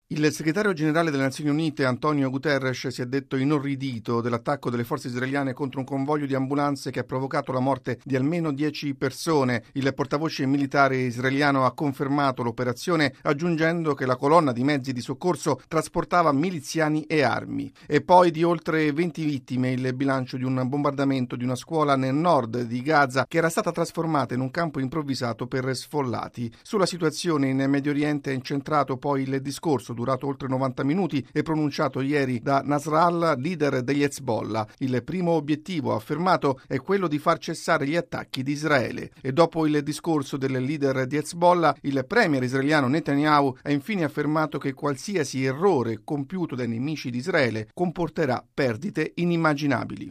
Il segretario generale delle Nazioni Unite, Antonio Guterres, si è detto inorridito dell'attacco delle forze israeliane contro un convoglio di ambulanze che ha provocato la morte di almeno 10 persone. Il portavoce militare israeliano ha confermato l'operazione, aggiungendo che la colonna di mezzi di soccorso trasportava miliziani e armi. E poi di oltre 20 vittime il bilancio di un bombardamento di una scuola nel nord di Gaza che era stata trasformata in un campo improvvisato per sfollati. Sulla situazione in Medio Oriente è incentrato poi il discorso durato oltre 90 minuti e pronunciato ieri da Nasrallah, leader degli Hezbollah. Il primo obiettivo, ha affermato, è quello di far cessare gli attacchi di Israele. E dopo il discorso del leader di Hezbollah, il premier israeliano Netanyahu ha infine affermato che qualsiasi errore compiuto dai nemici di Israele comporterà perdite inimmaginabili.